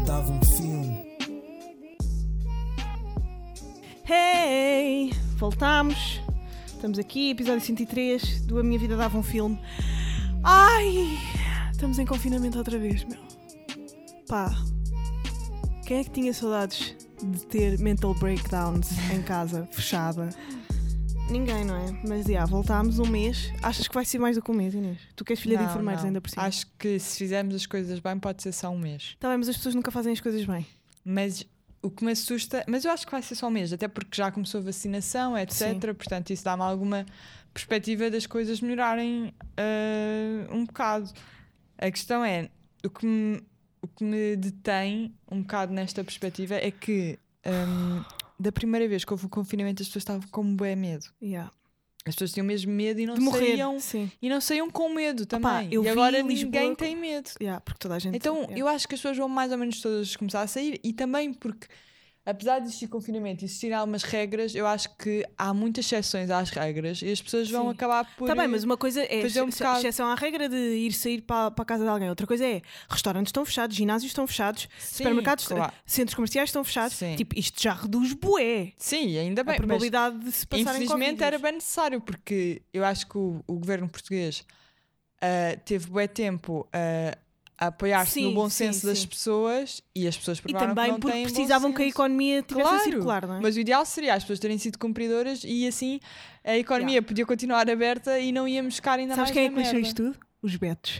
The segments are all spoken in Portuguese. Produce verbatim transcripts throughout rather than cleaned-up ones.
dava um filme. Hey! Voltámos. Estamos aqui, episódio cento e três do A Minha Vida Dava um Filme. Ai! Estamos em confinamento outra vez, meu. Pá. Quem é que tinha saudades de ter mental breakdowns em casa, fechada? Ninguém, não é? Mas já, voltámos um mês. Achas que vai ser mais do que um mês, Inês? Tu que és filha não, de enfermeiros não. ainda por cima. Acho que se fizermos as coisas bem pode ser só um mês. Tá bem, mas as pessoas nunca fazem as coisas bem. Mas o que me assusta... Mas eu acho que vai ser só um mês, até porque já começou a vacinação, etcétera. Sim. Portanto, isso dá-me alguma perspectiva das coisas melhorarem uh, um bocado. A questão é, o que me, o que me detém um bocado nesta perspectiva é que... Um, da primeira vez que houve o confinamento as pessoas estavam com bué medo. Yeah. As pessoas tinham mesmo medo e não de morrer, saíam sim. E não saíam com medo também. Opa, eu e agora vi ninguém Lisboa... tem medo. Yeah, porque toda a gente... Então yeah. eu acho que as pessoas vão mais ou menos todas começar a sair. E também porque, apesar de existir confinamento e existirem algumas regras, eu acho que há muitas exceções às regras e as pessoas vão Sim. acabar por... Tá bem, mas uma coisa é fazer um ex- bocado... exceção à regra de ir sair para, para a casa de alguém. Outra coisa é restaurantes estão fechados, ginásios estão fechados, Sim, supermercados, claro. centros comerciais estão fechados. Sim. Tipo, isto já reduz bué Sim, ainda bem. a probabilidade de se passarem infelizmente Covid. era bem necessário, porque eu acho que o, o governo português uh, teve bué tempo uh, a apoiar-se Sim, no bom sim, senso das sim. pessoas e as pessoas E provaram também que não porque têm bom precisavam que a senso. economia tivesse Claro, a circular, não é? Mas o ideal seria as pessoas terem sido cumpridoras e assim a economia Yeah. podia continuar aberta e não íamos ficar ainda Sabes mais quem é na que deixou merda. isto tudo? Os betos.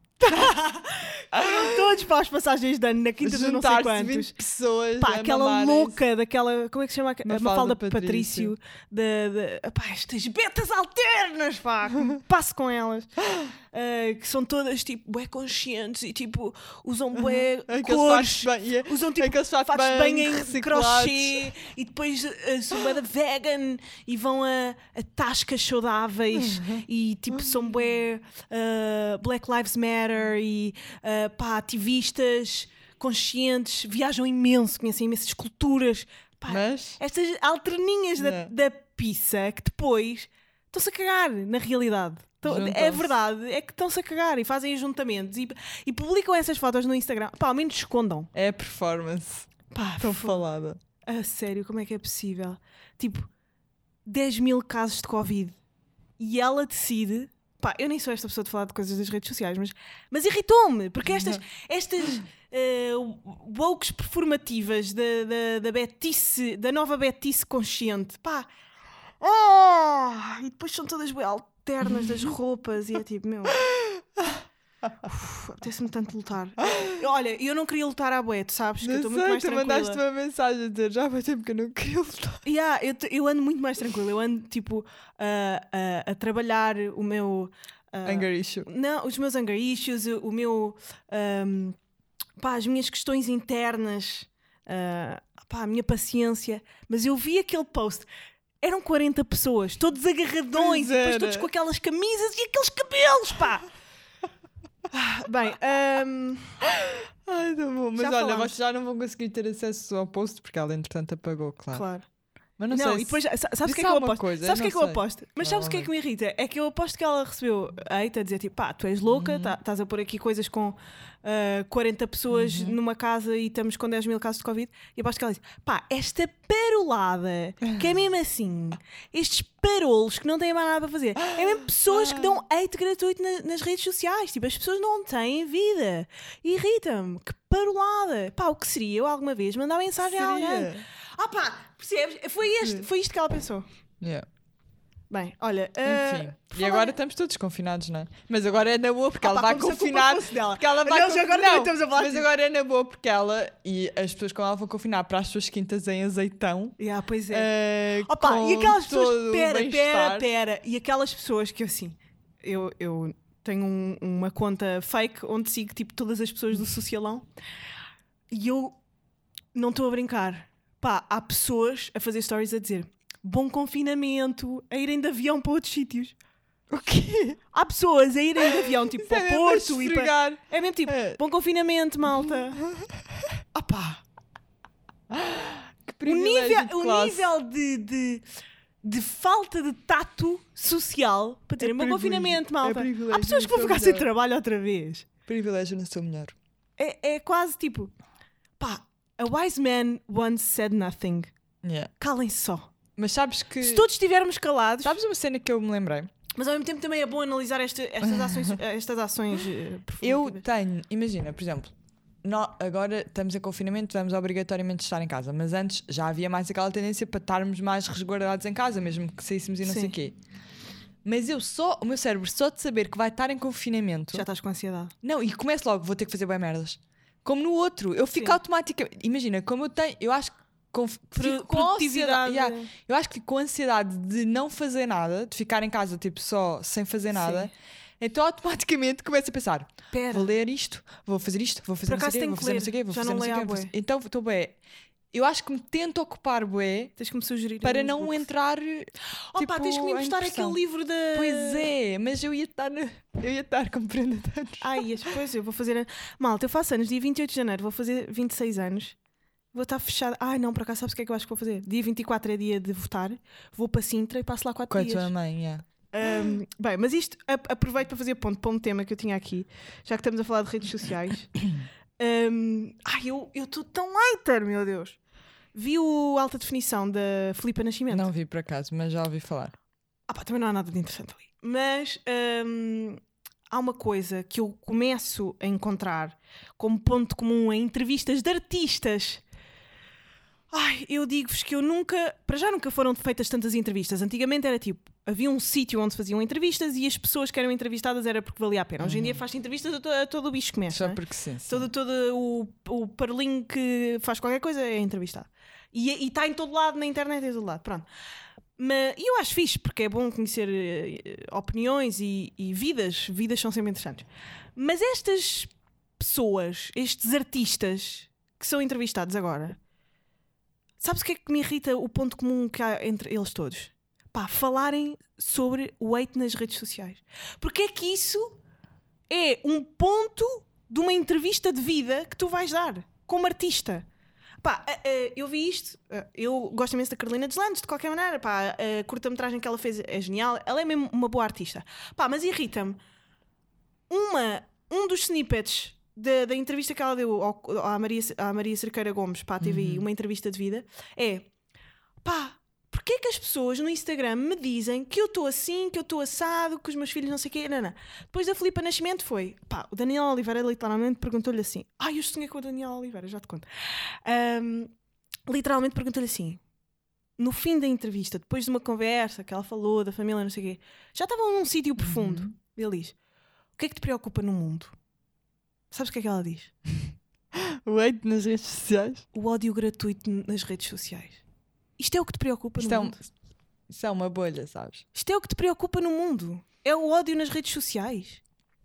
Foram todos para as passagens de ano na quinta de não sei Juntar-se quantos. vinte pessoas Pá, a aquela mamarem-se. louca daquela. Como é que se chama? A Mafalda Mafalda Patrício. Patrício. De, de, pá, estas betas alternas, pá, como passo com elas. Uh, que são todas tipo bué conscientes e tipo usam bué Aqueles cores. fatos bem- yeah. Usam tipo Aqueles fatos fatos bem bem em reciclados. crochê e depois uh, são bué da vegan e vão a, a tascas saudáveis e tipo são bué uh, Black Lives Matter e uh, pá, ativistas conscientes, viajam imenso, conhecem imensas culturas. Pá, Mas estas alterninhas da, Yeah. da pizza que depois estão-se a cagar na realidade. Tão- É Juntam-se. verdade, é que estão-se a cagar e fazem ajuntamentos e, e publicam essas fotos no Instagram. Pá, ao menos escondam. é a performance Pá, tão fo- falada. a sério, como é que é possível? Tipo, dez mil casos de Covid e ela decide. Pá, eu nem sou esta pessoa de falar de coisas das redes sociais, mas, mas irritou-me, porque estas, estas uh, wokes performativas da, da, da Betice, da nova Betice consciente, pá, oh! E depois são todas bem alternas das roupas e é tipo, meu. Uf, apetece-me tanto lutar. Olha, eu não queria lutar à bué, tu sabes? Que eu Não estou muito sei, mais tu tranquila. mandaste uma mensagem a dizer já faz tempo que eu não queria lutar. Yeah, eu, te- eu ando muito mais tranquila. Eu ando tipo a- a- a trabalhar o meu. ah, Anger issue. Não, os meus anger issues, o, o meu. ahm, pá, as minhas questões internas, ah, pá, a minha paciência. Mas eu vi aquele post. Eram quarenta pessoas, todos agarradões, Pois e depois era. todos com aquelas camisas e aqueles cabelos, pá! Ah, Bem, ahm, Ai, tá bom. Mas Já olha, falámos. vocês já não vão conseguir ter acesso ao post porque ela entretanto apagou, claro. claro. Mas não, Não, sei e depois, se... sa- sabes o que é disse que eu alguma aposto? coisa, Sabes o que é não que eu sei. aposto? Mas sabes o que é que me irrita? É que eu aposto que ela recebeu hate a dizer tipo, pá, tu és louca, tá- estás a pôr aqui coisas com ah, quarenta pessoas numa casa e estamos com dez mil casos de Covid. E aposto que ela diz, pá, esta parolada, que é mesmo assim, estes parolos que não têm mais nada para fazer, é mesmo pessoas que dão hate gratuito na- nas redes sociais. Tipo, as pessoas não têm vida. Irrita-me. Que parolada. Pá, o que seria eu alguma vez mandar mensagem a alguém? Seria. Ah pá, percebes? Foi, este, foi isto que ela pensou. Yeah. Bem, olha. ah, Enfim. por E falar- agora estamos todos confinados, não é? Mas agora é na boa porque Ah, ela pá, vai como se a culpa confinar. fosse dela. Porque ela vai Nós con- agora não, também estamos a falar mas disso. agora é na boa porque ela e as pessoas com ela vão confinar para as suas quintas em azeitão. Yeah, pois é. eh, Opa, com e aquelas todo pessoas. o Pera, pera, bem-estar. pera. E aquelas pessoas que eu assim. Eu, eu tenho um- uma conta fake onde sigo tipo todas as pessoas do Socialão e eu não estou a brincar. Pá, há pessoas a fazer stories a dizer bom confinamento, a irem de avião para outros sítios. O quê? Há pessoas a irem de avião tipo Isso é para mesmo Porto a e para. esfregar. É mesmo tipo, É. bom confinamento, malta. Ah pá, Que o privilégio nível, de o classe. nível de, de, de falta de tato social para terem É bom privilégio. confinamento, malta. É privilégio Há pessoas que vão no seu ficar sem melhor. trabalho outra vez. Privilégio no seu melhor. É, é quase tipo, Pá, a wise man once said nothing. Yeah. Calem-se só. Mas sabes que... Se todos estivermos calados... Sabes uma cena que eu me lembrei? Mas ao mesmo tempo também é bom analisar este, estas ações, estas ações uh, Eu tenho... Imagina, por exemplo, nós agora estamos em confinamento, vamos obrigatoriamente estar em casa. Mas antes já havia mais aquela tendência para estarmos mais resguardados em casa, mesmo que saíssemos e não Sim. sei o quê. Mas eu só... O meu cérebro só de saber que vai estar em confinamento... Já estás com ansiedade. Não, e começo logo, vou ter que fazer bem merdas. Como no outro. Eu fico Sim. automaticamente... Imagina, como eu tenho... Eu acho que Com, fico com produtividade. ansiedade, yeah. Eu acho que fico com ansiedade de não fazer nada, de ficar em casa tipo só sem fazer nada. Sim. Então automaticamente começo a pensar: Pera. vou ler isto, vou fazer isto, vou fazer não sei o quê, vou fazer não sei o quê, vou fazer não sei o quê. Então estou bem. Eu acho que me tento ocupar bué. Tens que me sugerir para não books. entrar. Oh tipo, pá, tens que me mostrar aquele livro da. Pois é, mas eu ia estar no... eu ia estar como prenda de anos. Ai, depois eu vou fazer. Malta, eu faço anos dia vinte e oito de janeiro, vou fazer vinte e seis anos. Vou estar fechada. Ai não, por acaso sabes o que é que eu acho que vou fazer? Dia vinte e quatro é dia de votar. Vou para Sintra e passo lá quatro Com dias. Com a tua mãe, yeah. um, Bem, mas isto a, aproveito para fazer ponto para um tema que eu tinha aqui. Já que estamos a falar de redes sociais. um, Ai, eu estou tão hater, meu Deus. Vi o Alta Definição da Filipa Nascimento. Não vi por acaso, mas já ouvi falar. Ah pá, também não há nada de interessante ali. Mas um, há uma coisa que eu começo a encontrar como ponto comum em entrevistas de artistas. Ai, eu digo-vos que eu nunca... Para já nunca foram feitas tantas entrevistas. Antigamente era tipo... Havia um sítio onde se faziam entrevistas e as pessoas que eram entrevistadas era porque valia a pena. Hoje em dia faz entrevistas a, to, a todo o bicho que mexe. Só não é? porque sim, sim. Todo, todo o, o parlinho que faz qualquer coisa é entrevistado. E está em todo lado, na internet é em todo lado. Pronto. Mas, e eu acho fixe, porque é bom conhecer uh, opiniões e, e vidas. Vidas são sempre interessantes. Mas estas pessoas, estes artistas que são entrevistados agora... Sabes o que é que me irrita o ponto comum que há entre eles todos? Pá, falarem sobre o hate nas redes sociais. Porque é que isso é um ponto de uma entrevista de vida que tu vais dar como artista. Pá, eu vi isto, eu gosto imenso da Carolina Deslandes, de qualquer maneira, pá, a curta-metragem que ela fez é genial, ela é mesmo uma boa artista. Pá, mas irrita-me uma, um dos snippets Da, da entrevista que ela deu ao, à, Maria, à Maria Cerqueira Gomes para a T V I, uhum. Uma entrevista de vida, é pá, porquê que as pessoas no Instagram me dizem que eu estou assim, que eu estou assado, que os meus filhos não sei o quê, não, não. Depois da Filipa Nascimento foi, pá, o Daniel Oliveira literalmente perguntou-lhe assim, ai, ah, eu sonhei com o Daniel Oliveira, já te conto. Um, literalmente perguntou-lhe assim, no fim da entrevista, depois de uma conversa que ela falou da família, não sei o quê, já estavam num sítio profundo, uhum. Ele diz, o que é que te preocupa no mundo? Sabes o que é que ela diz? O hate nas redes sociais? O ódio gratuito nas redes sociais. Isto é o que te preocupa isto no é mundo? Um, isto é uma bolha, sabes? Isto é o que te preocupa no mundo. É o ódio nas redes sociais.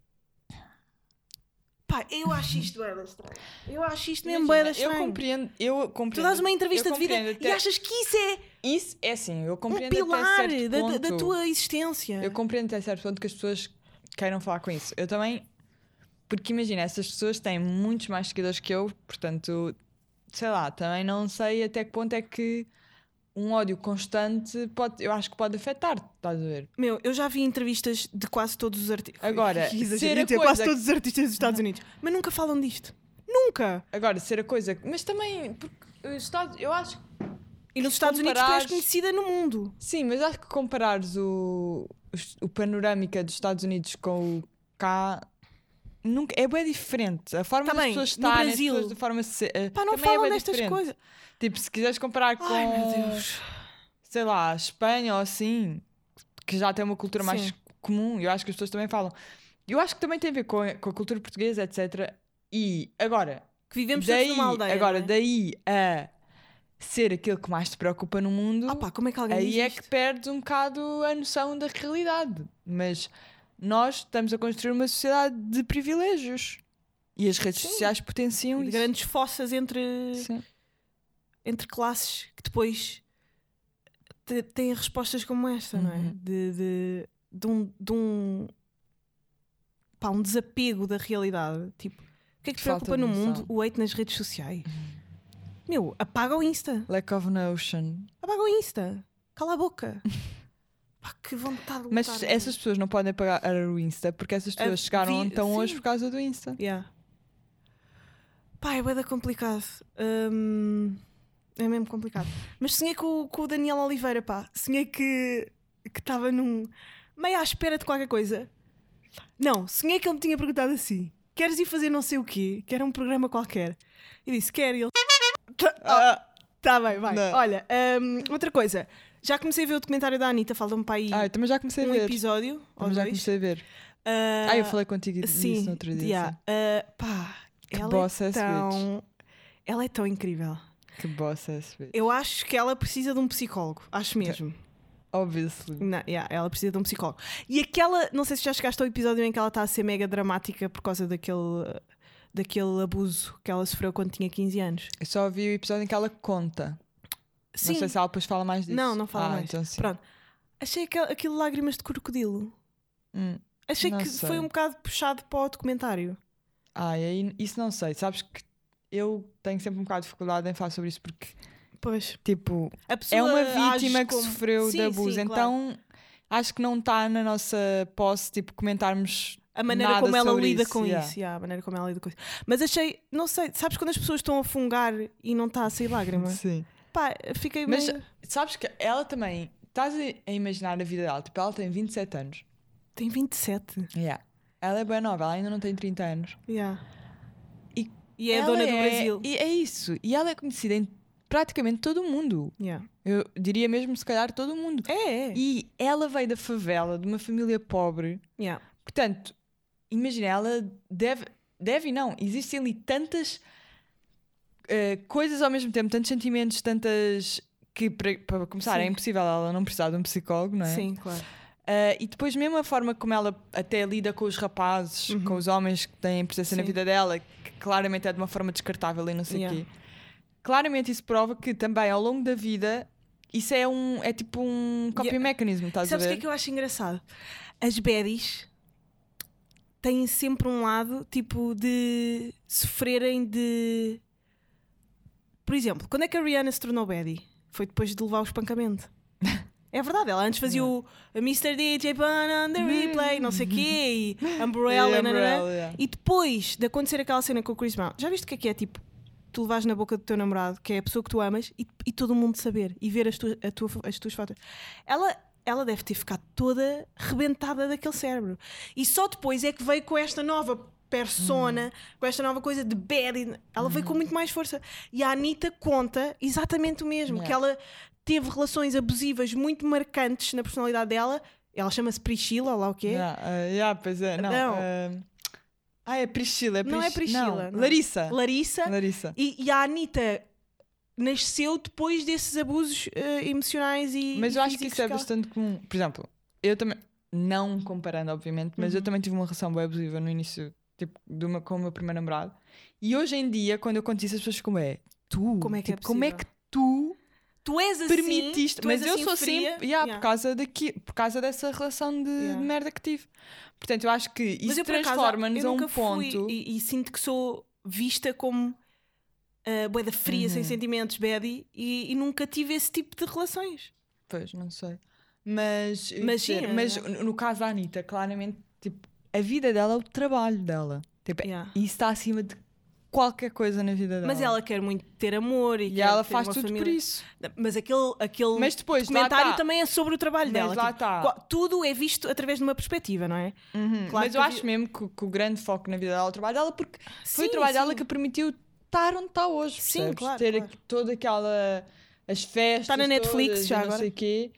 Pá, eu acho isto bué da estranho. Eu acho isto mesmo bué da estranho. Eu compreendo, eu compreendo. Tu dás uma entrevista de vida até... e achas que isso é... Isso é assim, eu compreendo um pilar até certo da, ponto. da tua existência. Eu compreendo até certo ponto que as pessoas queiram falar com isso. Eu também... Porque imagina, essas pessoas têm muitos mais seguidores que eu, portanto, sei lá, também não sei até que ponto é que um ódio constante pode, eu acho que pode afetar, estás a ver? Meu, eu já vi entrevistas de quase todos os artistas. Agora, ser a dizer, coisa... quase todos os artistas dos Estados Unidos, mas nunca falam disto. Nunca! Agora, ser a coisa... Mas também, porque os Estados, eu acho... E nos Estados comparares... Unidos tu és conhecida no mundo. Sim, mas acho que comparares o, o panorâmica dos Estados Unidos com o cá... Nunca, é bem diferente. A forma tá das bem, pessoas estarem, no Brasil, as pessoas de forma se, pá, não também falam é destas diferente. coisas. Tipo, se quiseres comparar com, ai, meu Deus, sei lá, Espanha ou assim, que já tem uma cultura mais sim. comum, eu acho que as pessoas também falam. Eu acho que também tem a ver com a, com a cultura portuguesa, etcétera. E agora, que vivemos daí, todos numa aldeia. Agora, não é? daí a ser aquilo que mais te preocupa no mundo, ah, pá, como é que alguém aí diz é isto? que perdes um bocado a noção da realidade. Mas nós estamos a construir uma sociedade de privilégios. E as redes sim. sociais potenciam de isso. Grandes fossas entre, sim. entre classes que depois te, têm respostas como esta, uhum. não é? De, de, de um, de um, pá, um desapego da realidade. Tipo, o que é que te preocupa no mundo? O hate nas redes sociais. Uhum. Meu, apaga o Insta. Lack of notion. Apaga o Insta. Cala a boca. Pá, que vontade de Mas lutar, essas pessoas não podem apagar o Insta porque essas pessoas a chegaram onde estão hoje por causa do Insta. Yeah. Pá, é bué da complicado. Hum, é mesmo complicado. Mas sonhei com, com o Daniel Oliveira, pá. Sonhei que que estava num... meio à espera de qualquer coisa. Não, sonhei que ele me tinha perguntado assim: queres ir fazer não sei o quê? Que era um programa qualquer. E disse: quero. E ele... Tá, oh, tá bem, vai. Não. Olha, hum, outra coisa. Já comecei a ver o documentário da Anitta. Falta-me para aí ah, eu também já comecei um a ver. episódio. Também já comecei a ver. Uh, ah, eu falei contigo sim, disso no outro dia. Yeah. Uh, pá, que ela boss é é tão... Ela é tão incrível. Que boss é esse bitch. Eu acho que ela precisa de um psicólogo. Acho mesmo. Obviously. Não, yeah, ela precisa de um psicólogo. E aquela... Não sei se já chegaste ao episódio em que ela está a ser mega dramática por causa daquele... daquele abuso que ela sofreu quando tinha quinze anos. Eu só vi o episódio em que ela conta. Sim. Não sei se ela depois fala mais disso. Não, não fala ah, mais. Então, sim. Pronto. Achei aquilo, aquilo lágrimas de crocodilo. Hum, Achei que sei. foi um bocado puxado para o documentário. Ah, e aí, isso não sei. Sabes que eu tenho sempre um bocado de dificuldade em falar sobre isso porque, pois, tipo, a pessoa é uma vítima que como... sofreu sim, de abuso. sim, então, claro. Acho que não está na nossa posse, tipo, comentarmos a maneira nada como ela sobre lida isso. com yeah. isso. Yeah, a maneira como ela lida com isso. Mas achei, não sei, sabes quando as pessoas estão a fungar e não está a sair lágrima? Sim. Pá, fiquei Mas meio... sabes que ela também, estás a imaginar a vida dela, tipo, ela tem vinte e sete anos. Tem vinte e sete. Yeah. Ela é bem nova, ela ainda não tem trinta anos. Yeah. E, e é a dona do é, Brasil. E é isso. E ela é conhecida em praticamente todo o mundo. Yeah. Eu diria mesmo, se calhar, todo o mundo. É, é. E ela veio da favela, de uma família pobre. Yeah. Portanto, imagina, ela deve... Deve e não. Existem ali tantas uh, coisas ao mesmo tempo, tantos sentimentos, tantas... Que, para, para começar, sim. É impossível ela não precisar de um psicólogo, não é? Sim, claro. Uh, e depois mesmo a forma como ela até lida com os rapazes, uhum. com os homens que têm presença na vida dela, que claramente é de uma forma descartável e não sei o yeah. quê. Claramente isso prova que também ao longo da vida isso é um é tipo um coping yeah. mechanism, estás Sabes a ver? Sabes o que é que eu acho engraçado? As baddies têm sempre um lado tipo de sofrerem de... Por exemplo, quando é que a Rihanna se tornou baddie? Foi depois de levar o espancamento. É verdade, ela antes fazia yeah. o mister D J Pun on the replay, não sei o quê, e Umbrella, yeah, Umbrella yeah. E depois de acontecer aquela cena com o Chris Brown, já viste o que é que é tipo, tu levares na boca do teu namorado, que é a pessoa que tu amas, e, e todo mundo saber, e ver as, tu, a tua, as tuas fotos. Ela, ela deve ter ficado toda rebentada daquele cérebro. E só depois é que veio com esta nova persona, uhum. com esta nova coisa de bad, ela uhum. veio com muito mais força. E a Anitta conta exatamente o mesmo, yeah. que ela... teve relações abusivas muito marcantes na personalidade dela. Ela chama-se Priscila, ou lá o quê? Yeah, uh, yeah, pois é. Não. não. Uh... Ah, é Priscila. É Pris... Não é Priscila. Não. Não. Larissa. Larissa. Larissa. E, e a Anitta nasceu depois desses abusos uh, emocionais e Mas eu e acho que isso é bastante comum. Por exemplo, eu também, não comparando obviamente, mas uhum. eu também tive uma relação bem abusiva no início, tipo, de uma, com o meu primeiro namorado. E hoje em dia, quando eu conto isso, as pessoas como é? Tu? Como é que tipo, é como é que tu... Tu és assim, permitiste, tu mas és eu assim sou fria. sempre yeah, Yeah. por, causa daqui, por causa dessa relação de, yeah. de merda que tive. Portanto, eu acho que isso transforma-nos a um ponto. E, e sinto que sou vista como uh, bué da fria, uhum. sem sentimentos, baddie, e, e nunca tive esse tipo de relações. Pois, não sei. Mas, mas, dizer, sim, mas é. no caso da Anitta, claramente, tipo, a vida dela é o trabalho dela. Tipo, yeah. E isso está acima de qualquer coisa na vida dela. Mas ela quer muito ter amor e, e quer ela ter faz uma tudo família. por isso. Mas aquele, aquele mas depois, documentário tá. também é sobre o trabalho mas dela. Lá tipo, tá. Tudo é visto através de uma perspectiva, não é? Uhum. Claro mas eu vi... acho mesmo que, que o grande foco na vida dela é o trabalho dela, porque sim, foi o trabalho sim. dela que a permitiu estar onde está hoje. Sim, percebes? claro. Ter claro. toda aquela... as festas está na Netflix já não agora. sei quê.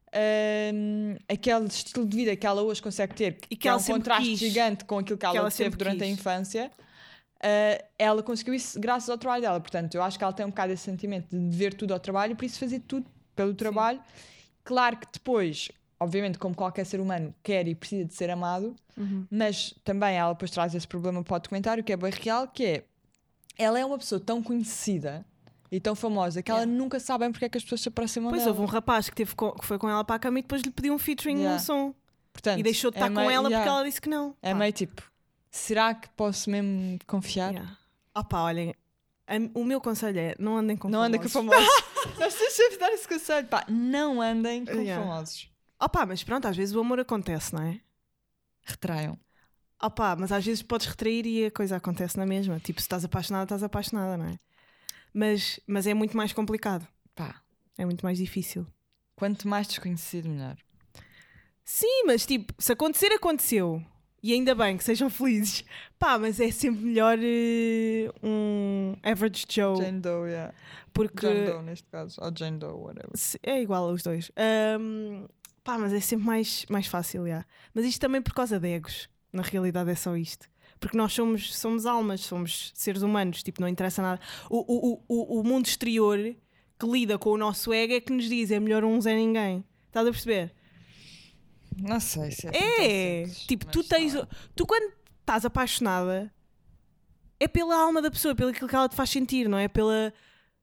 Um, aquele estilo de vida que ela hoje consegue ter, e que, que ela é um contraste quis. gigante com aquilo que ela, que ela teve durante quis. a infância. Uh, ela conseguiu isso graças ao trabalho dela. Portanto, eu acho que ela tem um bocado esse sentimento de dever tudo ao trabalho e por isso fazer tudo pelo trabalho. Sim. Claro que depois, obviamente, como qualquer ser humano quer e precisa de ser amado, uhum. mas também ela depois traz esse problema para o documentário que é bem real, que é ela é uma pessoa tão conhecida e tão famosa que yeah. ela nunca sabe bem porque é que as pessoas se aproximam pois dela. Pois houve um rapaz que, teve com, que foi com ela para a cama e depois lhe pediu um featuring yeah. no som. Portanto, e deixou de estar é com meio, ela yeah. porque ela disse que não. É pá. meio tipo, será que posso mesmo confiar? Yeah. Opa, olhem, o meu conselho é não andem com não famosos. Andem com famosos. Nós temos de dar esse conselho. Pá, não andem com yeah. famosos. Opa, mas pronto, às vezes o amor acontece, não é? Retraiam. Ah pá, mas às vezes podes retrair e a coisa acontece na mesma. Tipo, se estás apaixonada, estás apaixonada, não é? Mas, mas é muito mais complicado. Pá, é muito mais difícil. Quanto mais desconhecido, melhor. Sim, mas tipo, se acontecer, aconteceu. E ainda bem que sejam felizes. Pá, mas é sempre melhor uh, um average Joe. Jane Doe, yeah. Porque Jane Doe, neste caso. Ou Jane Doe, whatever. é igual aos dois. Um, pá, mas é sempre mais, mais fácil, yeah. Mas isto também por causa de egos. Na realidade é só isto. Porque nós somos, somos almas, somos seres humanos. Tipo, não interessa nada. O, o, o, o mundo exterior que lida com o nosso ego é que nos diz é melhor um Zé Ninguém. Estás a perceber? Não sei se é assim É, tão simples, tipo, mas tu tens. não é. Tu quando estás apaixonada é pela alma da pessoa, pelo aquilo que ela te faz sentir, não é? Pela,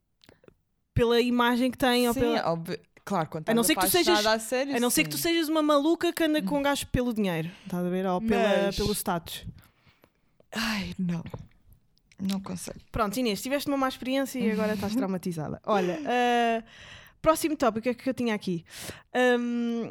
pela imagem que tem. Ou Sim, pela... óbvio. Claro, quando A não estás ser que tu sejas- apaixonada a sério, A não ser que tu sim. sejas uma maluca que anda com um gajo pelo dinheiro, estás a ver? Ou pela, Mas- pelo status. Ai, não. Não consigo. Pronto, Inês, tiveste uma má experiência e agora estás traumatizada. Olha, uh, próximo tópico, o que é que eu tinha aqui? Um,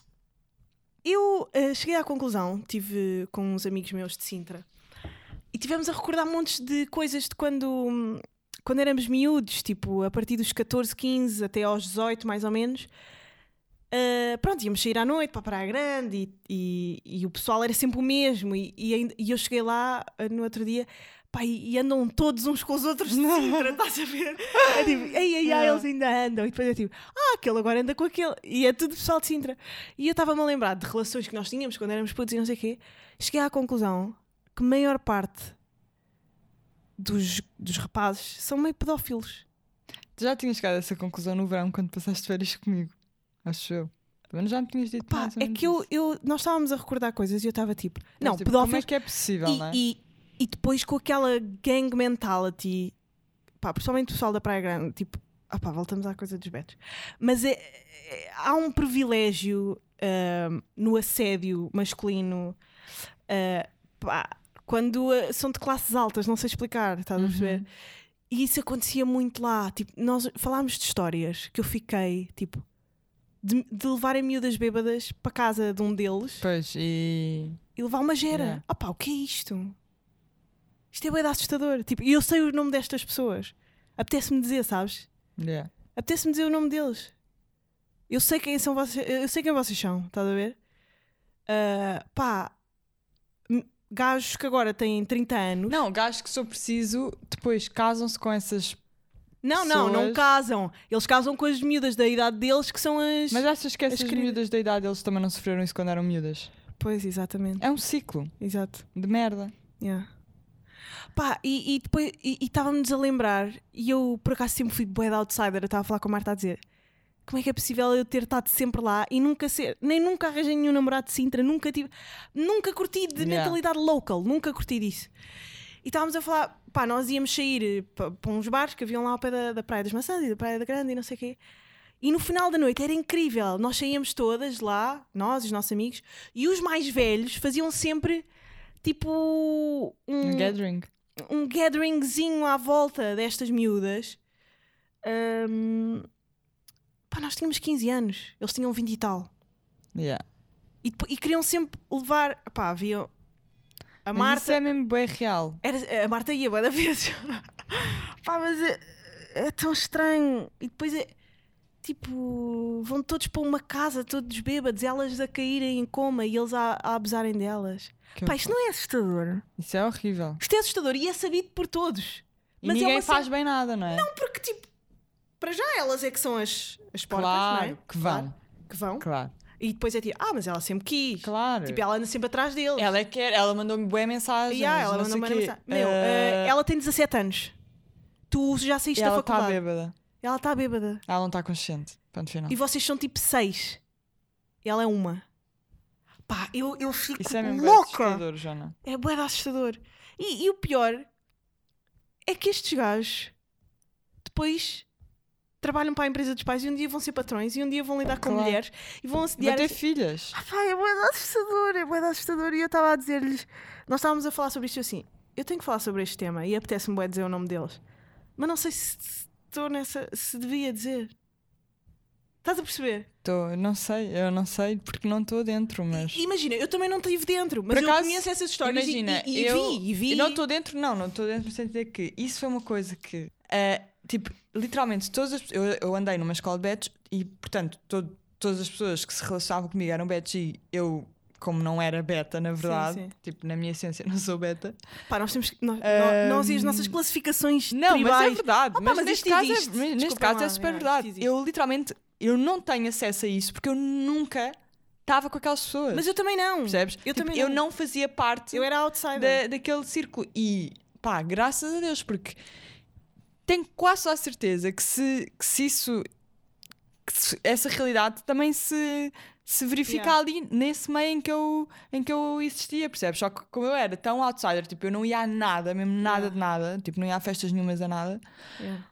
eu uh, cheguei à conclusão, tive com uns amigos meus de Sintra e tivemos a recordar montes de coisas de quando, quando éramos miúdos, tipo a partir dos catorze, quinze até aos dezoito mais ou menos. Uh, pronto, íamos sair à noite para a Praia Grande e, e, e o pessoal era sempre o mesmo e, e, ainda- e eu cheguei lá uh, no outro dia, pá, e, e andam todos uns com os outros de Sintra, estás a ver? É tipo, ei, ei, ai, eles ainda andam e depois é tipo, ah, aquele agora anda com aquele e é tudo pessoal de Sintra. E eu estava-me a lembrar de relações que nós tínhamos quando éramos putos e não sei o quê. Cheguei à conclusão que a maior parte dos, dos rapazes são meio pedófilos. Tu já tinhas chegado a essa conclusão no verão quando passaste férias comigo. Acho eu. Também já me tinhas dito Pá, mais ou é menos que eu, isso. eu, nós estávamos a recordar coisas e eu estava tipo, não, Mas, tipo, pedófilos. Como é que é possível, E, não é? e, e depois com aquela gang mentality, pá, principalmente o pessoal da Praia Grande, tipo, ah pá, voltamos à coisa dos betos. Mas é, é- há um privilégio ahm, no assédio masculino, ah, pá, quando ah, são de classes altas, não sei explicar, estás a perceber? E isso acontecia muito lá. Tipo, nós falámos de histórias que eu fiquei, tipo, de, de levarem miúdas bêbadas para casa de um deles Pois, e... e levar uma gera. Yeah. Ah pá, o que é isto? Isto é bué de assustador. Tipo, e eu sei o nome destas pessoas. Apetece-me dizer, sabes? Yeah. Apetece-me dizer o nome deles. Eu sei quem são vocês. Eu sei quem vocês são, estás a ver? Ah, pá, m- gajos que agora têm trinta anos. Não, gajos que se eu preciso, depois casam-se com essas... não, não, não pessoas- casam. Eles casam com as miúdas da idade deles, que são as. Mas achas que essas queridas. miúdas da idade, eles também não sofreram isso quando eram miúdas? Pois, exatamente. É um ciclo Exato. de merda. Yeah. Pá, e, e depois e e estávamos a lembrar, e eu por acaso sempre fui bué de outsider. Eu estava a falar com a Marta a dizer: como é que é possível eu ter estado sempre lá e nunca ser, nem nunca arranjei nenhum namorado de Sintra, nunca tive, nunca curti de Yeah. mentalidade local, nunca curti disso. E estávamos a falar, pá, nós íamos sair para, para uns bares que haviam lá ao pé da, da Praia das Maçãs e da Praia da Grande e não sei o quê. E no final da noite era incrível, nós saíamos todas lá, nós e os nossos amigos, e os mais velhos faziam sempre tipo Um um, gathering. um gatheringzinho à volta destas miúdas. Ahm, pá, nós tínhamos quinze anos, eles tinham vinte e tal. Yeah. E, depo- e queriam sempre levar. Pá, havia. A Mas Marta. isso é mesmo bem real. Era, a Marta ia bué da vez. Pá, mas é, é tão estranho. E depois é. Tipo, vão todos para uma casa, todos bêbados, elas a caírem em coma e eles a, a abusarem delas. Que Pá, isto não é assustador. Isso é horrível. Isto é assustador e é sabido por todos. E Mas é ninguém uma faz cena- bem nada, não é? Não, porque tipo, para já elas é que são as, as porcas, claro, não é? que vão. Claro, que vão. Claro. E depois é tipo, ah, mas ela sempre quis. Claro. Tipo, ela anda sempre atrás deles. Ela é que quer, ela mandou-me boas mensagens. E, ah, ela não mandou sei uma quê. mensagem. Meu, Eh, eh, ela tem dezassete anos. Tu já saíste e da ela está faculdade. bêbada. Ela está bêbada. Ela não está consciente. Ponto final. E vocês são tipo seis. Ela é uma. Pá, eu, eu fico Isso é mesmo bem louca. assustador, Jana. É bué de assustador. E, e o pior é que estes gajos depois trabalham para a empresa dos pais e um dia vão ser patrões e um dia vão lidar com Claro. mulheres e vão Vai assediar. ter filhas. Ah, pá, é bué de assustador, é bué de assustador. E eu estava a dizer-lhes, nós estávamos a falar sobre isto assim, eu tenho que falar sobre este tema e apetece-me bué dizer o nome deles. Mas não sei se estou nessa, se devia dizer. Estás a perceber? Tô, não sei, eu não sei porque não estou dentro, mas... Imagina, eu também não estive dentro, mas Por eu acaso, conheço essas histórias imagina, e, e, e eu, vi, e vi. eu não estou dentro, não, não estou dentro no sentido de que isso foi uma coisa que, uh, tipo, literalmente, todas as, eu, eu andei numa escola de betos e, portanto, todo, todas as pessoas que se relacionavam comigo eram betos e eu, como não era beta, na verdade, sim. tipo, na minha essência não sou beta. Pá, nós temos nós, Um, nós e as nossas classificações Não, tribais. mas é verdade, Oh, pá, mas, mas neste isto caso, existe. é, mas neste Desculpa caso lá, é super é, verdade. isto existe. Eu, literalmente, eu não tenho acesso a isso porque eu nunca estava com aquelas pessoas. Mas eu também não. Percebes? Eu Tipo, também eu não. não fazia parte Eu era outsider. da, daquele círculo. E pá, graças a Deus, porque tenho quase a certeza que se, que se isso, que se essa realidade também se, se verifica Yeah. ali nesse meio em que, eu, em que eu existia, percebes? Só que como eu era tão outsider, tipo, eu não ia a nada, mesmo nada Yeah. de nada, tipo, não ia a festas nenhumas a nada. Yeah.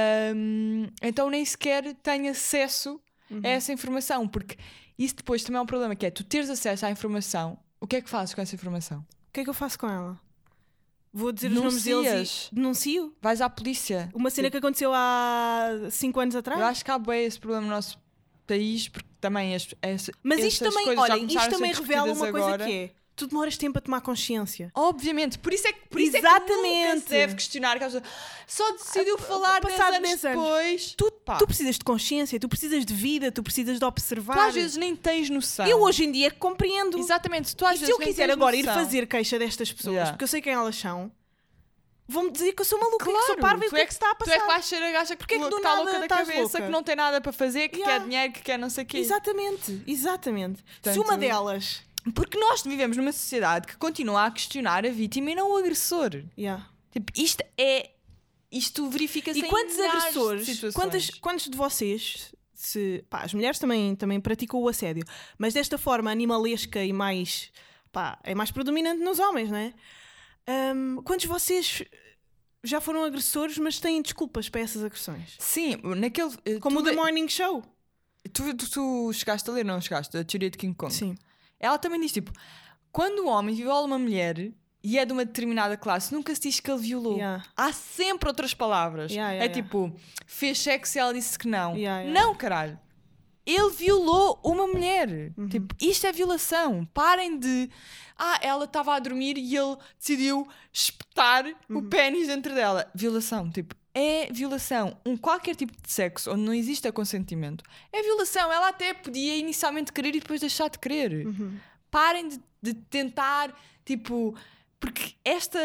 Um, então nem sequer tenho acesso Uhum. a essa informação, porque isso depois também é um problema, que é tu teres acesso à informação, o que é que fazes com essa informação? O que é que eu faço com ela? Vou dizer os nomes deles Denuncias. e denuncio? Vais à polícia. Uma cena que aconteceu há cinco anos Eu atrás? acho que há bem esse problema no nosso país, porque também as, essa, Mas isto essas também, coisas já olhem, isto começaram a ser também revela uma discutidas coisa agora. que é: tu demoras tempo a tomar consciência. Obviamente, por isso é que, por isso é que Exatamente. nunca se deve questionar. Que a pessoa só decidiu Ah, falar passado dez anos dez anos. depois. Tu, Pá, tu precisas de consciência, tu precisas de vida, tu precisas de observar. tu às vezes nem tens noção. Eu hoje em dia compreendo. Exatamente, tu às E se vezes eu nem quiser tens agora ir noção. fazer queixa destas pessoas, Yeah. porque eu sei quem elas são, vão-me dizer que eu sou maluca, que Claro, sou parva e o tu que é é que se está a Tu passar. é que vais ser a gaja que, Porque é que do está nada louca da estás cabeça, louca? que não tem nada para fazer, que Yeah. quer dinheiro, que quer não sei o quê. Exatamente, exatamente. Se Portanto, uma delas... Porque nós vivemos numa sociedade que continua a questionar a vítima e não o agressor. Yeah. Tipo, isto é... Isto verifica-se E em quantos milhares de agressores, situações. quantos, quantos de vocês, se, pá, as mulheres também, também praticam o assédio, mas desta forma animalesca e mais, pá, é mais predominante nos homens, não é? Hum, quantos de vocês já foram agressores, mas têm desculpas para essas agressões? Sim, naquele... eh, Como tu, o The Morning Show. tu, tu, tu chegaste a ler, não chegaste? A teoria de King Kong. Sim. Ela também diz, tipo, quando o homem viola uma mulher e é de uma determinada classe, nunca se diz que ele violou. Yeah. Há sempre outras palavras. Yeah, yeah, é yeah. tipo, fez sexo e ela disse que não. Yeah, yeah. Não, caralho. Ele violou uma mulher. Uhum. Tipo, isto é violação. Parem de... Ah, ela estava a dormir e ele decidiu espetar Uhum. o pênis dentro dela. Violação. Tipo, é violação. Um qualquer tipo de sexo onde não existe consentimento é violação. Ela até podia inicialmente querer e depois deixar de querer. Uhum. Parem de, de tentar, tipo... Porque esta,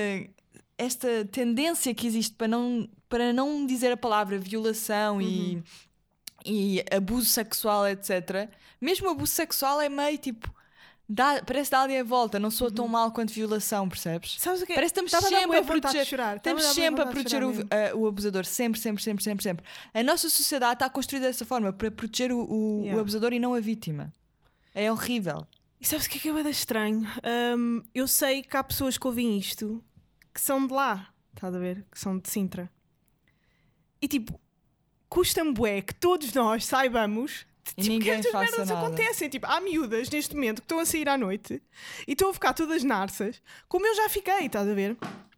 esta tendência que existe para não, para não dizer a palavra violação e, e abuso sexual, etcétera. Mesmo abuso sexual é meio tipo... Dá, parece dar-lhe a volta. Não soa tão mal quanto violação, percebes? Sabes o que é? Parece que estamos Estava a dar sempre bué a vontade de proteger, chorar. estamos Estava a dar bué sempre a vontade de proteger chorar o, mesmo. a- o abusador. Sempre, sempre, sempre, sempre, sempre. A nossa sociedade está construída dessa forma, para proteger o, o, Yeah. o abusador e não a vítima. É horrível. E sabes o que é que é bué estranho? Hum, eu sei que há pessoas que ouvem isto que são de lá, estás a ver? Que são de Sintra. E tipo, custa-me bué que todos nós saibamos E tipo, que ninguém estas faça merdas nada. acontecem. Tipo, há miúdas neste momento que estão a sair à noite e estão a ficar todas narças, como eu já fiquei, estás a ver?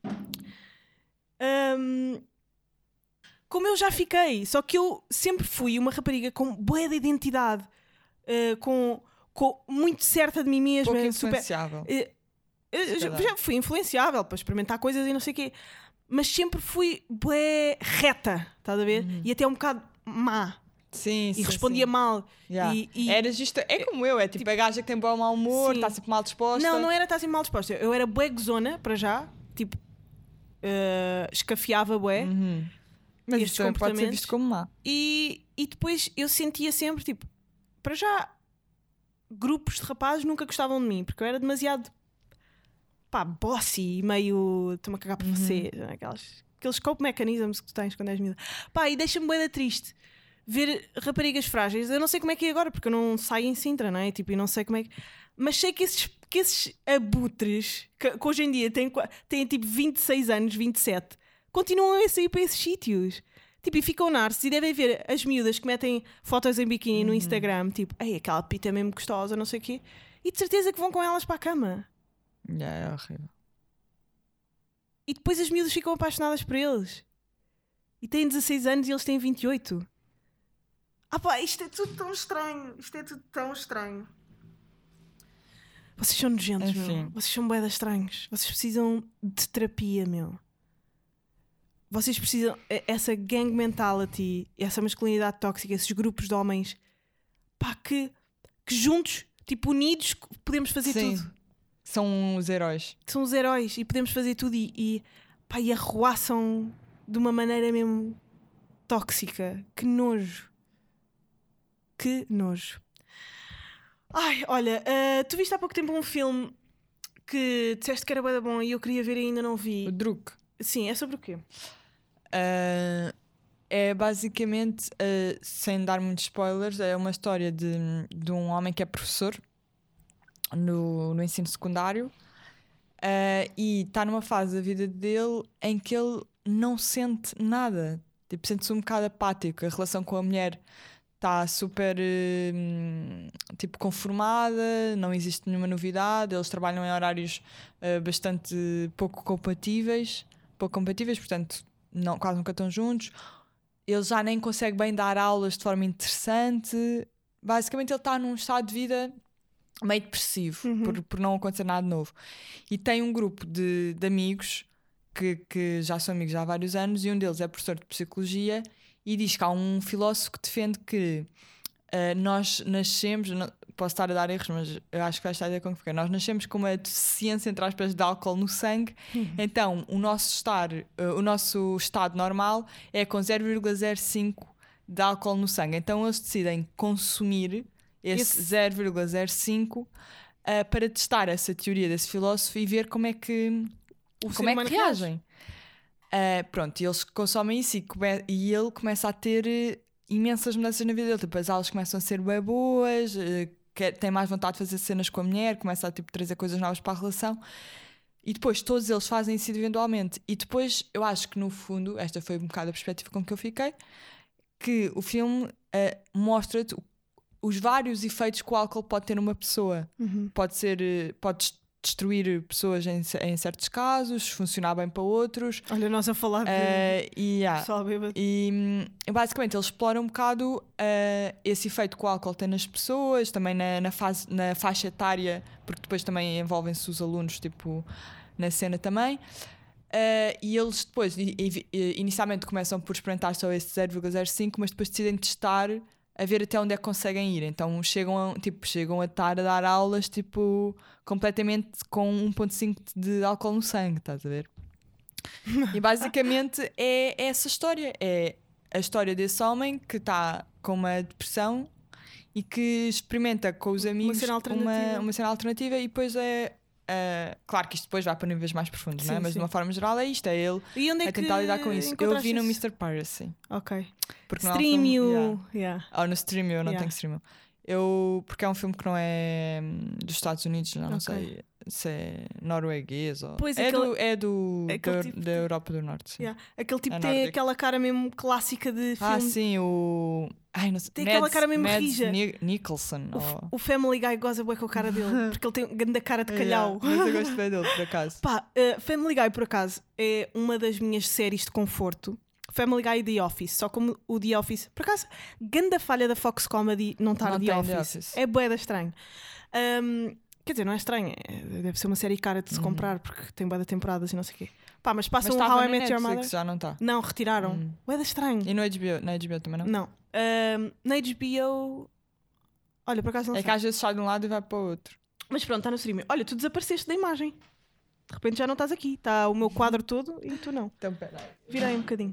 Hum, como eu já fiquei, só que eu sempre fui uma rapariga com bué de identidade, uh, com, com muito certa de mim mesma, Pouco super, influenciável. eh, eh, já, calhar. já fui influenciável para experimentar coisas e não sei o quê, mas sempre fui bué reta, estás a ver? E até um bocado má, Sim, e sim, respondia sim. mal. Yeah. E, e- Era justo, é como eu, é tipo, a gaja que tem bom mau humor, Sim. está sempre mal disposta. Não, não era estar assim mal disposta. Eu era bué gozona, para já, tipo, eh, escafiava bué. Uhum. Mas Estes isto também pode ser comportamentos. visto como má. E, e depois eu sentia sempre, tipo, para já, grupos de rapazes nunca gostavam de mim, porque eu era demasiado, pá, bossy e meio, estou-me a cagar por você, aquelas, aqueles cope mechanisms que tu tens quando és miúda. Pá, e deixa-me bué da triste ver raparigas frágeis. Eu não sei como é que é agora, porque eu não saio em Sintra, não é? Tipo, e não sei como é que... Mas sei que esses, que esses abutres, que, que hoje em dia têm, qua- têm tipo vinte e seis anos, vinte e sete, continuam a sair para esses sítios. Tipo, e ficam narcis e devem ver as miúdas que metem fotos em biquíni no Instagram, tipo, ei, aquela pita é mesmo gostosa, não sei o quê. E de certeza que vão com elas para a cama. Yeah, é horrível. E depois as miúdas ficam apaixonadas por eles. E têm dezasseis anos e eles têm vinte e oito. Ah pá, isto é tudo tão estranho. Isto é tudo tão estranho. Vocês são nojentos, Enfim. meu. Vocês são bué de estranhos. Vocês precisam de terapia, meu. Vocês precisam... Essa gang mentality, essa masculinidade tóxica, esses grupos de homens, pá, que, que juntos, tipo, unidos, podemos fazer Sim. tudo. São os heróis. São os heróis e podemos fazer tudo e, e, pá, e arruaçam de uma maneira mesmo tóxica. Que nojo. Que nojo. Ai, olha, uh, tu viste há pouco tempo um filme que disseste que era bué bom e eu queria ver e ainda não vi. O Druk. Sim, é sobre o quê? Uh, é basicamente, uh, sem dar muitos spoilers, é uma história de, de um homem que é professor no, no ensino secundário uh, e está numa fase da vida dele em que ele não sente nada. Tipo, sente-se um bocado apático. A relação com a mulher está super uh, tipo conformada, não existe nenhuma novidade, eles trabalham em horários uh, bastante pouco compatíveis, pouco compatíveis, portanto não, quase nunca estão juntos. Ele já nem consegue bem dar aulas de forma interessante. Basicamente ele está num estado de vida meio depressivo, Uhum. por, por não acontecer nada novo. E tem um grupo de, de amigos que, que já são amigos há vários anos e um deles é professor de psicologia e diz que há um filósofo que defende que uh, nós nascemos, não, posso estar a dar erros, mas eu acho que vai estar a dizer com que nós nascemos com uma deficiência, entre aspas, de álcool no sangue. Uhum. Então o nosso, estar, uh, o nosso estado normal é com zero vírgula zero cinco de álcool no sangue. Então eles decidem consumir esse, Esse... zero vírgula zero cinco uh, para testar essa teoria desse filósofo e ver como é que, O como é ser que humano reagem. Uh, pronto, e eles consomem isso e, come- e ele começa a ter uh, imensas mudanças na vida dele. Tipo, as aulas começam a ser bem boas, uh, quer, tem mais vontade de fazer cenas com a mulher, começa a tipo, trazer coisas novas para a relação. E depois todos eles fazem isso individualmente. E depois eu acho que no fundo, esta foi um bocado a perspectiva com que eu fiquei, que o filme uh, mostra-te o- os vários efeitos que o álcool pode ter numa pessoa. Uhum. Pode ser, uh, pode destruir pessoas em, em certos casos, funcionar bem para outros. Olha, nós a falar de Uh, e, yeah. pessoal bêbado. E hum, basicamente eles exploram um bocado uh, esse efeito que o álcool tem nas pessoas, também na, na, fase, na faixa etária, porque depois também envolvem-se os alunos, tipo, na cena também. Uh, e eles depois, i- i- inicialmente começam por experimentar só esse zero vírgula zero cinco, mas depois decidem testar a ver até onde é que conseguem ir. Então chegam a, tipo, chegam a estar a dar aulas tipo, completamente com um vírgula cinco de álcool no sangue, estás a ver? E basicamente é essa história. É a história desse homem que está com uma depressão e que experimenta com os amigos cena alternativa. uma, uma cena alternativa e depois é... Uh, claro que isto depois vai para níveis mais profundos, Sim, não é? Mas sim. de uma forma geral é isto, é ele E onde é a que tentar lidar com isso. Eu encontraste vi no isso? mister Piracy. Ok. Porque não é um filme- Streamio. yeah. Yeah. Ou no Streamio, eu não Yeah. tenho Streamio. Eu, porque é um filme que não é hum, dos Estados Unidos, já não Ok. sei se é norueguês ou... Pois, é, aquele- do, é do aquele da, tipo da de- Europa do Norte, sim. Yeah. Aquele tipo É tem nórdico. aquela cara mesmo clássica de filme. Ah, sim, o... Ai, não sei. Tem aquela Mads- cara mesmo Mads rija. Ni- Nicholson. O, f- ou- o Family Guy goza bué com a cara dele, porque ele tem grande cara de calhau. Yeah, mas eu gosto bem dele, por acaso. Pá, uh, Family Guy, por acaso, é uma das minhas séries de conforto. Family Guy e The Office. Só como o The Office... Por acaso, grande falha da Fox Comedy não estar Não no tem The The Office. Office. É bué da estranho. Um, quer dizer, não é estranho. é- deve ser uma série cara de se Uhum. comprar, porque tem bué de temporadas e não sei o quê. Pá, mas Mas passam um estava How I no Met Your Netflix, Mother... já não está. Não, retiraram. Hum. Bué da estranho. E no H B O, na H B O também não? Não. Um, na H B O... Olha, por acaso não É sei. que às vezes sai de um lado e vai para o outro. Mas pronto, está no streaming. Olha, tu desapareceste da imagem. De repente já não estás aqui. Está o meu quadro todo e tu não. Então, peraí. Virei um bocadinho.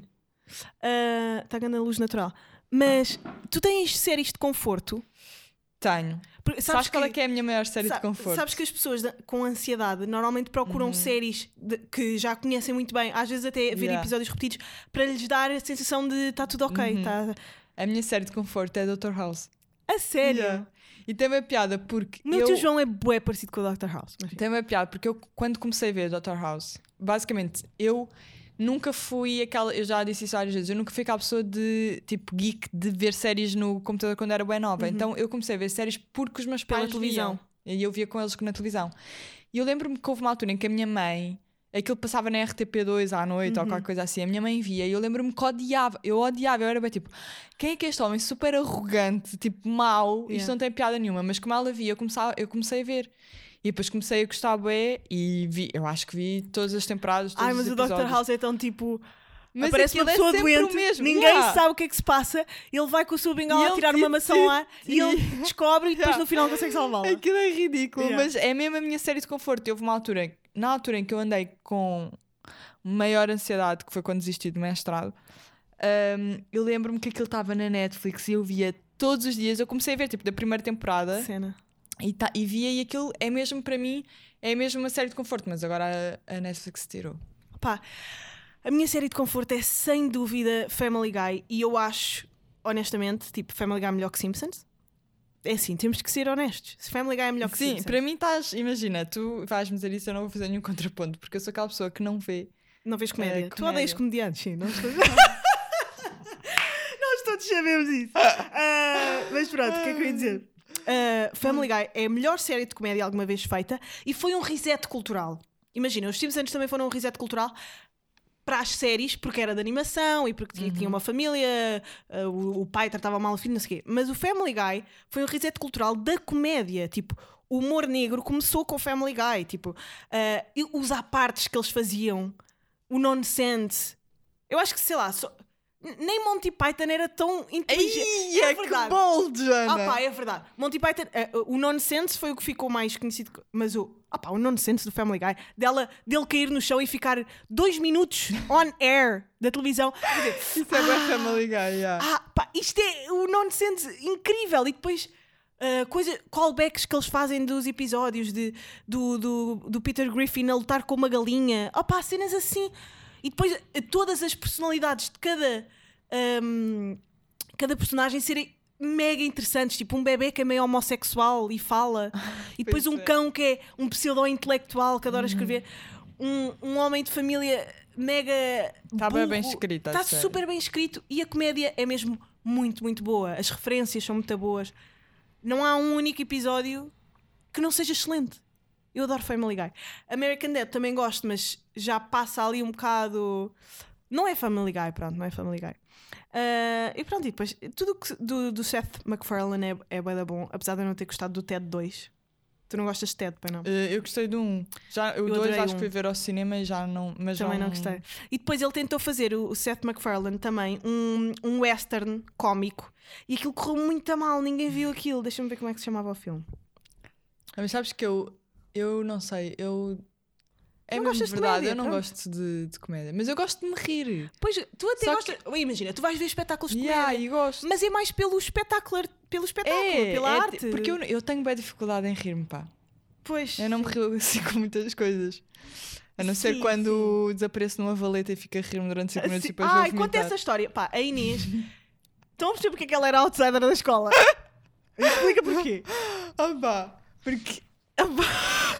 Está ganhando a luz natural. Mas tu tens séries de conforto? Tenho. Porque Sabes, qual é que é a minha maior série sa- de conforto? Sabes que as pessoas da- com ansiedade normalmente procuram Uhum. séries de- que já conhecem muito bem, às vezes até ver Yeah. episódios repetidos, para lhes dar a sensação de está tudo ok. Uhum. Tá... A minha série de conforto é doutor House. A sério? Yeah. E tem uma piada porque O meu eu... tio João é bué parecido com o doutor House. Mas... Tem uma piada porque eu, quando comecei a ver doutor House, basicamente, eu nunca fui aquela... Eu já disse isso várias vezes. Eu nunca fui aquela pessoa de, tipo, geek de ver séries no computador quando era bem nova. Uhum. Então eu comecei a ver séries porque os meus Pela pais televisão. viam. E eu via com eles na televisão. E eu lembro-me que houve uma altura em que a minha mãe aquilo passava na R T P dois à noite Uhum. ou qualquer coisa assim, a minha mãe via e eu lembro-me que odiava, eu odiava, eu era bem tipo, quem é que é este homem super arrogante, tipo mau, Yeah. isto não tem piada nenhuma, mas como ela via, eu, começava, eu comecei a ver. E depois comecei a gostar bem e vi, eu acho que vi todas as temporadas, todos Ai, mas os o doutor episódios. House é tão tipo... Mas Aparece uma aquilo é pessoa sempre o doente, mesmo. ninguém Yeah. sabe o que é que se passa, ele vai com o seu bengala E a ele tirar uma te- maçã te- lá e ele descobre e depois Yeah. no final consegue salvá-la. Aquilo é ridículo, Yeah. mas é mesmo a minha série de conforto. Houve uma altura, na altura em que eu andei com maior ansiedade, que foi quando desisti do mestrado, um, eu lembro-me que aquilo estava na Netflix e eu via todos os dias. Eu comecei a ver, tipo, da primeira temporada Cena. e, tá, e via, e aquilo é mesmo para mim, é mesmo uma série de conforto, mas agora a, a Netflix tirou. Pá, a minha série de conforto é sem dúvida Family Guy e eu acho, honestamente, tipo, Family Guy é melhor que Simpsons. É assim, temos que ser honestos. Se Family Guy é melhor que Sim, Simpsons. para mim estás, imagina, tu vais-me dizer isso, eu não vou fazer nenhum contraponto, porque eu sou aquela pessoa que não vê. Não vês comédia. É, Tu odeias comédia. comediantes, sim. Nós todos, nós todos sabemos isso. Ah, mas pronto, o que é que eu ia dizer? Ah, Family Guy é a melhor série de comédia alguma vez feita e foi um reset cultural. Imagina, os Simpsons também foram um reset cultural para as séries, porque era de animação e porque tinha, tinha uma família, ah, o, o pai tratava mal o filho, não sei o quê. Mas o Family Guy foi um reset cultural da comédia. Tipo, o humor negro começou com o Family Guy. Tipo, ah, e os apartes que eles faziam, o nonsense. Eu acho que, sei lá, só- n- nem Monty Python era tão inteligente. Ai, É é que verdade. bold, Joana! Ah pá, é verdade. Monty Python, eh, o nonsense foi o que ficou mais conhecido, co- mas o, ah pá, o nonsense do Family Guy, dela, dele cair no chão e ficar dois minutos on air da televisão. Quer dizer, Isso é bem Family Guy, yeah. ah pá, isto é o nonsense incrível. E depois ah, coisa, callbacks que eles fazem dos episódios de, do, do, do Peter Griffin a lutar com uma galinha. Ah pá, cenas assim. E depois eh, todas as personalidades de cada, ahm, cada personagem serem mega interessantes. Tipo um bebê que é meio homossexual e fala. E depois Pois um é. cão que é um pseudo-intelectual que adora escrever. Um, um homem de família mega Tá bem burro. bem escrita a Está série. super bem escrito. E a comédia é mesmo muito, muito boa. As referências são muito boas. Não há um único episódio que não seja excelente. Eu adoro Family Guy. American Dad também gosto, mas já passa ali um bocado... Não é Family Guy, pronto, não é Family Guy. Ah, e pronto, e depois tudo que, do, do Seth MacFarlane é, é bué da bom, apesar de eu não ter gostado do Ted dois. Tu não gostas de Ted, pai não? Eh, eu gostei de um. Já, o Eu dois adorei acho um. que fui ver ao cinema e já não. Mas Também não gostei. E depois ele tentou fazer, o, o Seth MacFarlane também, um, um western cómico. E aquilo correu muito a mal, ninguém viu aquilo. Deixa-me ver como é que se chamava o filme. Mas sabes que eu. Eu não sei, eu. É Não mesmo gostas de verdade, comédia, eu não pronto. gosto de, de comédia. Mas eu gosto de me rir. Pois, tu até Só gostas... Imagina, tu vais ver espetáculos de Yeah, comédia. e gosto. Mas é mais pelo espetáculo, pelo espetáculo, É, pela é arte. ti- porque eu, eu tenho bem dificuldade em rir-me, pá. Pois. Eu não me rio assim com muitas coisas. A não ser Sim, quando desapareço numa valeta e fico a rir-me durante cinco minutos Assim- e depois vou Ai, conta vomitar. essa história. Pá, a Inês. Estão a perceber porque é que ela era outsider da escola? Explica porquê. Ah pá, porque... Ah, pá.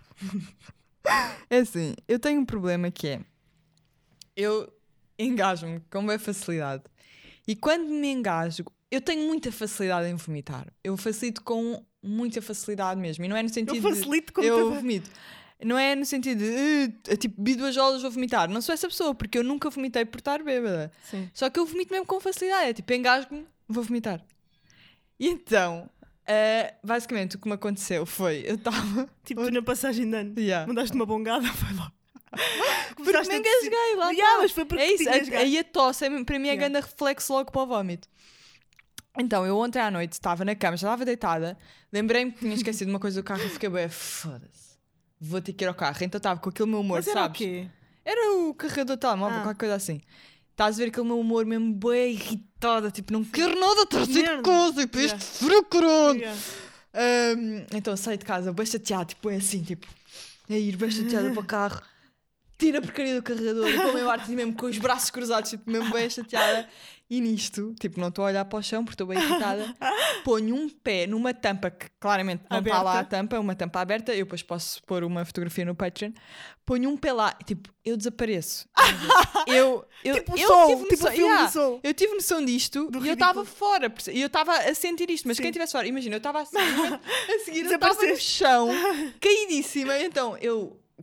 É assim, eu tenho um problema que é... Eu engajo-me com bem facilidade. E quando me engajo, eu tenho muita facilidade em vomitar. Eu facilito com muita facilidade mesmo. E não é no sentido Eu facilito com de... Eu muita fa- vomito. Não é no sentido de... "Uh, tipo, bebi duas jolas, vou vomitar." Não sou essa pessoa, porque eu nunca vomitei por estar bêbada. Sim. Só que eu vomito mesmo com facilidade. É tipo, engasgo-me, vou vomitar. E então, uh, basicamente, o que me aconteceu foi... Eu estava... Tipo, tu na passagem de ano. Yeah. Mandaste uma bongada, foi lá. Porque Começaste me a tossir. engasguei lá. Yeah, tá. mas foi porque é isso, te a- engasgaste. aí a tosse, é- para mim é Yeah. grande reflexo logo para o vómito. Então, eu ontem à noite estava na cama, já estava deitada, lembrei-me que tinha esquecido uma coisa do carro e fiquei bem, foda-se, vou ter que ir ao carro. Então estava com aquele meu humor, Mas era sabes? o quê? Era o carregador de telemóvel, Ah. qualquer coisa assim. Estás a ver aquele meu humor mesmo bem irritada, tipo, não quero nada trazer de Merda. coisa, e para Yeah. este frio, caralho. Yeah. Um, então saí de casa bem chateado, tipo, é assim, tipo, a ir bem chateada para o carro, tira a porcaria do carregador, e com o meu ar, tipo, mesmo com os braços cruzados, tipo, mesmo bem chateada. E nisto, tipo, não estou a olhar para o chão porque estou bem irritada, ponho um pé numa tampa que claramente não está lá a Aberta. tampa, é uma tampa aberta, eu depois posso pôr uma fotografia no Patreon, ponho um pé lá e tipo, eu desapareço. eu, eu, Tipo o eu Soul, tive tipo o noção, filme yeah, do Soul. eu tive noção disto Do e eu estava ridículo. fora, perce- e eu estava a sentir isto, mas Sim. quem estivesse fora, imagina, eu estava assim, a seguir, eu estava no Desapareceste. chão, caidíssima, então eu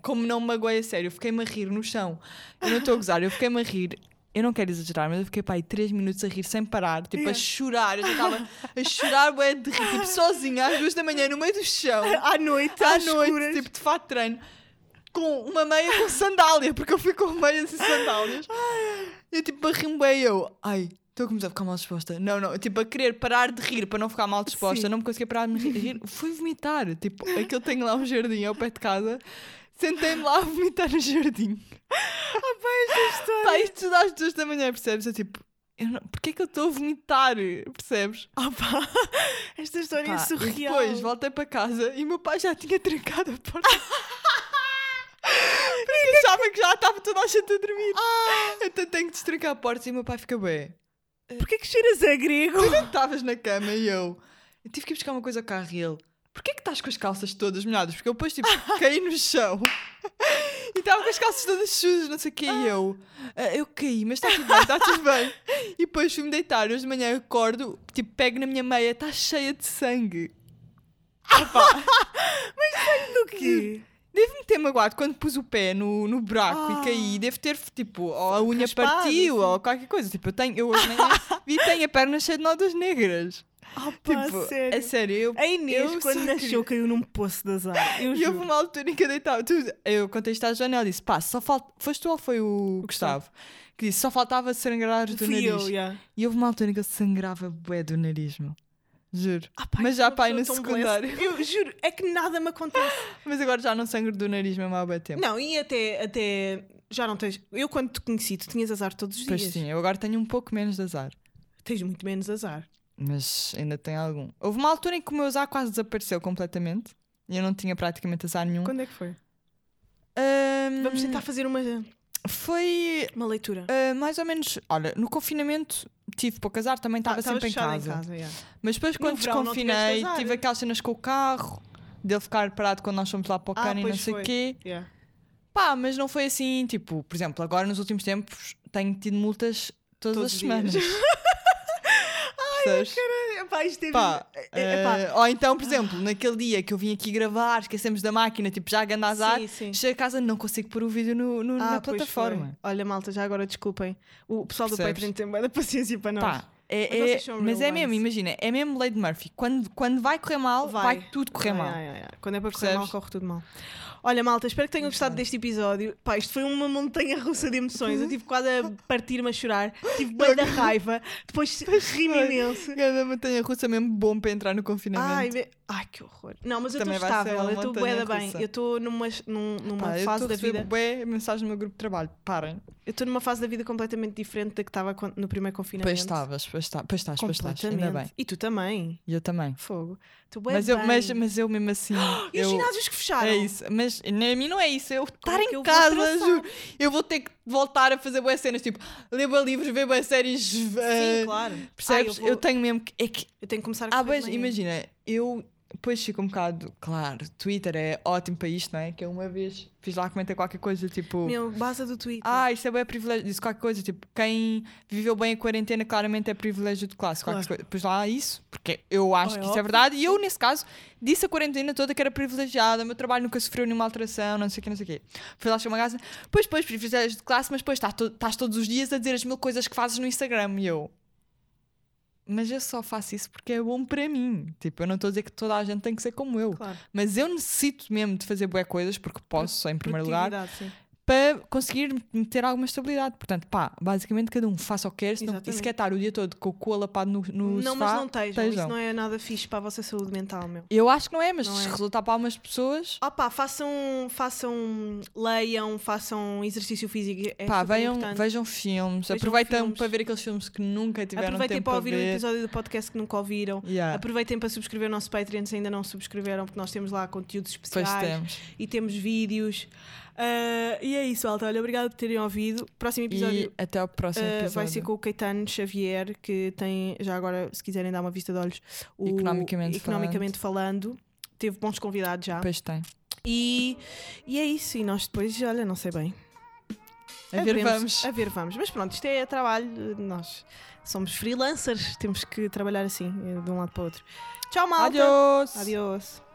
como não me magoei a sério, eu fiquei-me a rir no chão. Eu não estou a gozar, eu fiquei-me a rir. Eu não quero exagerar, mas eu fiquei pá, aí três minutos a rir sem parar, tipo Yeah. a chorar. Eu já estava a chorar, bué de rir, tipo sozinha, às duas da manhã, no meio do chão, À noite, à às noite, escuras. tipo de fato de treino, com uma meia com sandália, porque eu fui com meias e sandálias. Eu tipo a rir bué, eu, ai, estou a começar a ficar mal disposta. Não, não, tipo a querer parar de rir para não ficar mal disposta, Sim. não me conseguia parar de rir. Fui vomitar, tipo, aquilo tem lá um jardim ao pé de casa. Sentei-me lá a vomitar no jardim. Ah, pá, esta história. Pá, isto tudo às duas da manhã, percebes? Eu tipo, eu não, porquê é que eu estou a vomitar? Percebes? Ah, pá, esta história Pá, é surreal. e depois voltei para casa e o meu pai já tinha trancado a porta. Porque achava que já estava toda a gente a dormir. Ah, Então tenho que destrancar a porta e o meu pai fica bem. porquê que cheiras a grego? Estavas na cama e eu, eu tive que ir buscar uma coisa ao carro e ele, porquê que estás com as calças todas molhadas? Porque eu depois tipo, caí no chão e estava com as calças todas sujas, não sei o quê, e eu, "Ah, eu caí, mas está tudo bem, está tudo bem." E depois fui-me deitar, hoje de manhã acordo, tipo, pego na minha meia, está cheia de sangue. Opa, Do quê? devo-me ter magoado quando pus o pé no, no buraco Ah. e caí, devo ter, tipo, ou a unha Raspado, partiu, assim. ou qualquer coisa. Tipo, eu tenho, eu hoje de manhã vi tenho a perna cheia de nódulas negras. Ah, pá, Tipo, sério. é sério, eu, A Inês, eu quando só nasceu, queria- caiu num poço de azar. Eu E houve juro. uma altura em que eu deitava tudo. Eu contei isto à Joana, ela disse, pá, só falta. Foste tu ou foi o, O Gustavo? Que disse, só faltava sangrar do Fui nariz. eu, yeah. E houve uma altura em que eu sangrava bué do nariz, meu. Juro. Ah, pá, Mas eu já sou uma pá, aí no pessoa tão secundário. blessed. Eu juro, é que nada me acontece. Mas agora já não sangro do nariz mesmo há bué tempo. Não, e até, até já não tens. Eu, quando te conheci, tu tinhas azar todos os Pois dias. sim, eu agora tenho um pouco menos de azar. Tens muito menos azar. Mas ainda tem algum. Houve uma altura em que o meu azar quase desapareceu completamente. E eu não tinha praticamente azar nenhum. Quando é que foi? Ahm, Vamos tentar fazer uma, Foi uma leitura. ah, mais ou menos. Olha, no confinamento tive pouco azar, também estava Ah, sempre em fechada casa. em casa yeah. Mas depois, quando verão não desconfinei, tiveste azar. tive aquelas cenas com o carro, dele ficar parado quando nós fomos lá para o Ah, cano e não pois sei o foi. quê. Yeah. Pá, mas não foi assim, tipo, por exemplo, agora nos últimos tempos tenho tido multas todas Todos as os semanas. dias. Percebes? Pá, isto é Pá, é- é- pá. eh, ou então, por exemplo, naquele dia que eu vim aqui gravar, esquecemos da máquina, tipo, já ganda azar, Sim, sim. chego a casa não consigo pôr o vídeo no, no- Ah, na pois plataforma. foi. Olha, malta, já agora desculpem. O pessoal do Percebes? Patreon tem muita paciência para nós. Pá, é, Mas é- vocês são mas real é mesmo, ones. imagina, é mesmo Lady Murphy. Quando, quando vai correr mal, vai, tudo correr Ai, mal. ai, ai, ai. Quando é para correr Percebes? mal, corre tudo mal. Olha, malta, espero que tenham gostado deste episódio. Pá, isto foi uma montanha russa de emoções. Eu tive quase a partir-me a chorar. Tive bem da raiva. Depois ri-me foi. imenso. Cada montanha russa mesmo bom para entrar no confinamento. Ai, ve- ai, que horror. Não, mas eu estou Também vai ser estável. uma Eu estou bué da montanha bem. russa. Eu estou numa, num- numa Pá, eu fase estou a da receber vida. bué mensagem no meu grupo de trabalho. Parem. Eu estou numa fase da vida completamente diferente da que estava quan- no primeiro confinamento. Pois estavas, pois está- pois estás, pois estás. Ainda bem. Completamente. E tu também. E eu também. Fogo. Estou bué Mas eu, bem. mas, mas eu mesmo assim. E os eu, ginásios que fecharam? é isso. Mas a mim não é isso. Eu estar é em que eu vou casa, traçar? juro. Eu vou ter que voltar a fazer boas cenas. Tipo, ler bué livros, ver boas séries. Sim, eh, claro. Percebes? Ah, eu, eu, vou- tenho mesmo que. É que eu tenho que começar a ah, correr pois, de manhã. imagina, eu depois fico um bocado. Claro, Twitter é ótimo para isto, não é? Que eu uma vez fiz lá comentar qualquer coisa tipo. Meu, base do Twitter. Ah, isto é bem privilégio. Disse qualquer coisa, tipo, quem viveu bem a quarentena claramente é privilégio de classe. Qualquer Claro. coisa. Pois lá isso, porque eu acho Oh, é que isso é óbvio. verdade. E eu, nesse caso, disse a quarentena toda que era privilegiada, o meu trabalho nunca sofreu nenhuma alteração, não sei o que, não sei o quê. Fui lá chamar a casa, pois, pois, privilégio de classe, mas depois estás, to estás todos os dias a dizer as mil coisas que fazes no Instagram. E eu. Mas eu só faço isso porque é bom para mim. Tipo, eu não estou a dizer que toda a gente tem que ser como eu. Claro. Mas eu necessito mesmo de fazer bué coisas, porque posso, só em primeiro lugar, Produtividade, sim. para conseguir ter alguma estabilidade. Portanto, pá, basicamente cada um faça o que quer. Se, não, e se Exatamente. quer estar o dia todo com o cu alapado no, no Não, sofá, mas não estejam. Isso estejam. não é nada fixe para a vossa saúde mental, meu. Eu acho que não é, mas Não se é. resultar para algumas pessoas, Ah pá, façam, façam, leiam, façam exercício físico. É pá, super vejam, importante. vejam filmes, Vejam aproveitem filmes. para ver aqueles filmes que nunca tiveram Aproveitem tempo para para ouvir o ver. episódio do podcast que nunca ouviram. Yeah. Aproveitem para subscrever o nosso Patreon se ainda não subscreveram, porque nós temos lá conteúdos Pois especiais temos. e temos vídeos. Ah, e é isso, Alta. Olha, obrigado por terem ouvido. Próximo episódio E até ao próximo ah, episódio. vai ser com o Caetano Xavier, que tem, já agora, se quiserem dar uma vista de olhos, o Economicamente Economicamente falando. Teve bons convidados já. Depois tem. E, e é isso. E nós depois, olha, não sei bem. A ver, veremos. vamos. A ver, vamos. Mas pronto, isto é trabalho. Nós somos freelancers. Temos que trabalhar assim, de um lado para o outro. Tchau, malta. Adiós. Adiós.